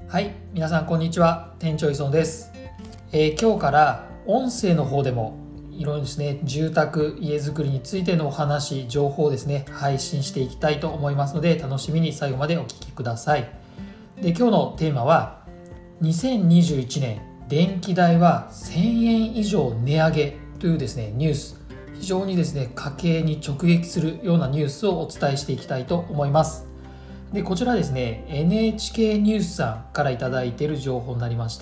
はい、皆さんこんにちは。店長磯野です。今日から音声の方でもいろいろですね、住宅、家づくりについてのお話、情報をですね、配信していきたいと思いますので、楽しみに最後までお聞きください。で、今日のテーマは、2021年電気代は1000円以上値上げというですね、ニュース、非常にですね、家計に直撃するようなニュースをお伝えしていきたいと思います。でこちらですね NHK ニュースさんからいただいている情報になりまして、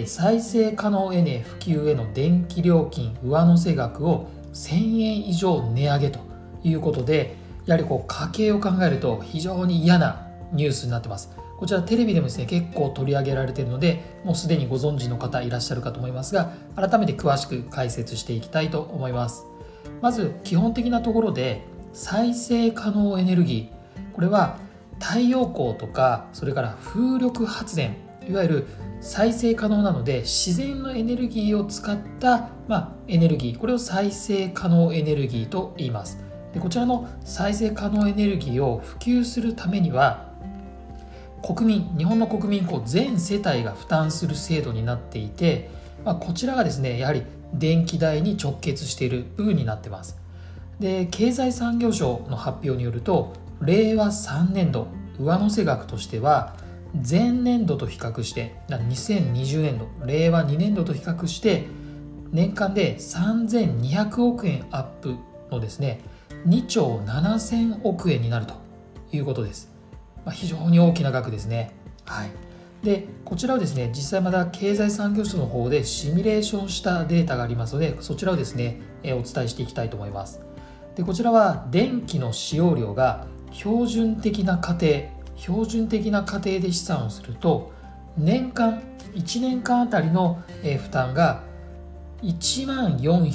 再生可能エネ普及への電気料金上乗せ額を1000円以上値上げということで、やはり家計を考えると非常に嫌なニュースになってます。こちらテレビでもですね結構取り上げられているので、もうすでにご存知の方いらっしゃるかと思いますが、改めて詳しく解説していきたいと思います。まず基本的なところで、再生可能エネルギー、これは太陽光とか、それから風力発電、いわゆる再生可能なので自然のエネルギーを使った、エネルギー、これを再生可能エネルギーと言います。でこちらの再生可能エネルギーを普及するためには、日本の国民全世帯が負担する制度になっていて、こちらがですねやはり電気代に直結している部分になっています。で経済産業省の発表によると、令和3年度上乗せ額としては、前年度と比較して2020年度令和2年度と比較して年間で3200億円アップのですね2兆7000億円になるということです。非常に大きな額ですね。はい。でこちらをですね、実際まだ経済産業省の方でシミュレーションしたデータがありますので、そちらをですねお伝えしていきたいと思います。でこちらは電気の使用量が標準的な家庭で試算をすると、1年間あたりの負担が1万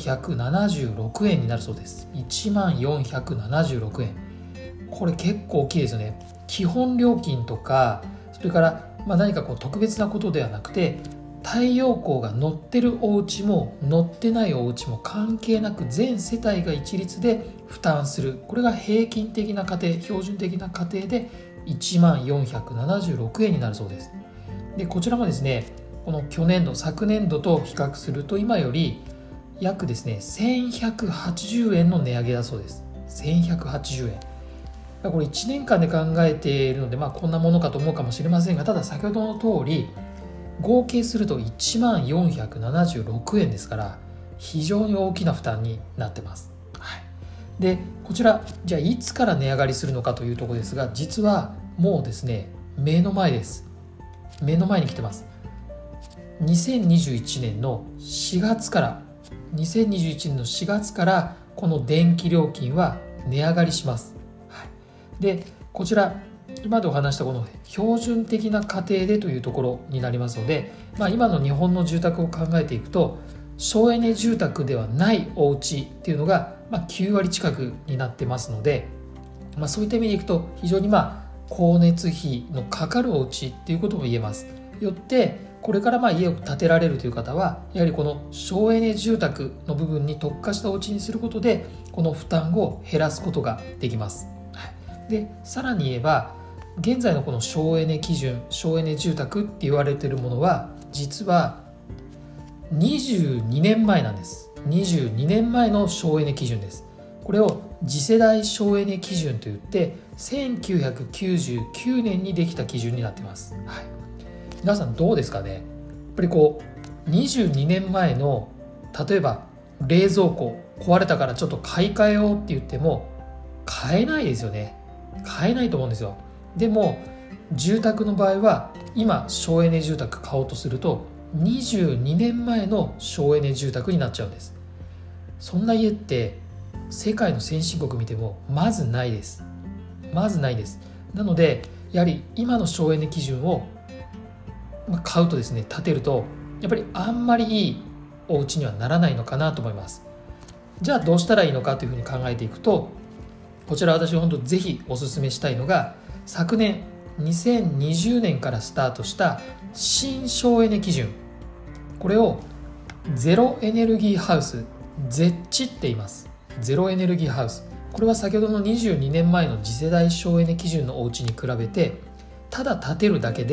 476円になるそうです。1万476円。これ結構大きいですよね。基本料金とか、それから何か特別なことではなくて、太陽光が乗ってるお家も乗ってないお家も関係なく全世帯が一律で負担する、これが平均的な家庭、標準的な家庭で1万476円になるそうです。でこちらもですね、この昨年度と比較すると、今より約ですね1180円の値上げだそうです。1180円。これ1年間で考えているので、こんなものかと思うかもしれませんが、ただ先ほどの通り合計すると1万476円ですから、非常に大きな負担になってます。はい、でこちらじゃあいつから値上がりするのかというところですが、実はもうですね目の前です。目の前に来てます。2021年の4月からこの電気料金は値上がりします。はい、でこちら今までお話したこの標準的な家庭でというところになりますので、今の日本の住宅を考えていくと、省エネ住宅ではないお家っていうのが9割近くになってますので、そういった意味でいくと非常に光熱費のかかるお家っていうことも言えます。よってこれから家を建てられるという方は、やはりこの省エネ住宅の部分に特化したお家にすることで、この負担を減らすことができます。でさらに言えば、現在のこの省エネ基準、省エネ住宅って言われているものは、実は22年前なんです。22年前の省エネ基準です。これを次世代省エネ基準といって、1999年にできた基準になっています。はい、皆さんどうですかね。やっぱり22年前の、例えば冷蔵庫壊れたからちょっと買い替えようって言っても買えないですよね。買えないと思うんですよ。でも住宅の場合は、今省エネ住宅買おうとすると22年前の省エネ住宅になっちゃうんです。そんな家って世界の先進国見てもまずないです。なのでやはり今の省エネ基準を買うとですね、建てるとやっぱりあんまりいいお家にはならないのかなと思います。じゃあどうしたらいいのかというふうに考えていくと、こちら私本当ぜひお勧めしたいのが、昨年2020年からスタートした新省エネ基準、これをゼロエネルギーハウス、ZEHC って言います。ゼロエネルギーハウス、これは先ほどの22年前の次世代省エネ基準のお家に比べて、ただ建てるだけで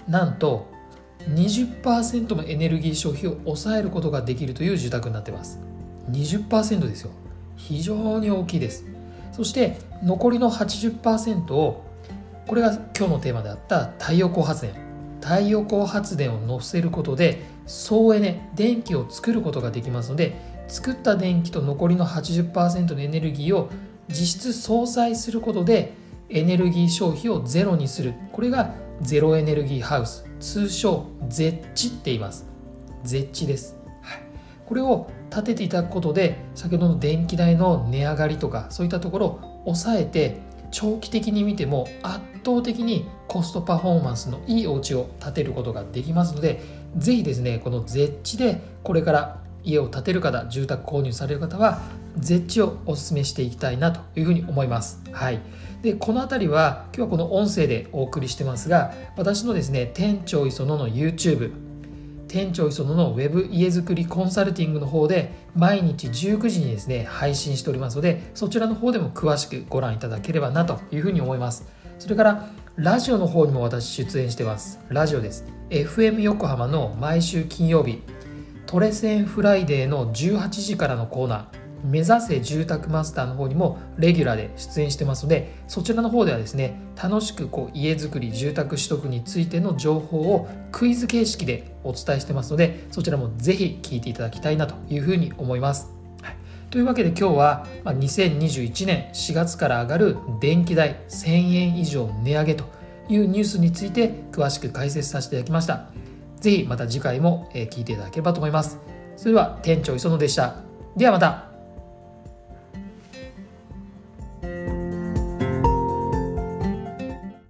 なんと 20% のエネルギー消費を抑えることができるという住宅になっています。 20% ですよ。非常に大きいです。そして残りの 80% を、これが今日のテーマであった太陽光発電を乗せることで総エネ、電気を作ることができますので、作った電気と残りの 80% のエネルギーを実質相殺することでエネルギー消費をゼロにする。これがゼロエネルギーハウス、通称ゼッチって言います。ゼッチです、はい、これを立てていただくことで、先ほどの電気代の値上がりとかそういったところを抑えて、長期的に見ても圧倒的にコストパフォーマンスのいいお家を建てることができますので、ぜひですね、このゼッチでこれから家を建てる方、住宅購入される方はゼッチをお勧めしていきたいなというふうに思います。はい。で、このあたりは今日はこの音声でお送りしてますが、私のですね、店長磯野の YouTube、店長磯野のウェブ家づくりコンサルティングの方で毎日19時にですね配信しておりますので、そちらの方でも詳しくご覧いただければなというふうに思います。それからラジオの方にも私出演してます。ラジオです。 FM 横浜の毎週金曜日トレセンフライデーの18時からのコーナー、目指せ住宅マスターの方にもレギュラーで出演してますので、そちらの方ではですね、楽しく家づくり、住宅取得についての情報をクイズ形式でお伝えしてますので、そちらもぜひ聞いていただきたいなというふうに思います。はい、というわけで今日は2021年4月から上がる電気代1000円以上値上げというニュースについて詳しく解説させていただきました。ぜひまた次回も聞いていただければと思います。それでは店長磯野でした。ではまた。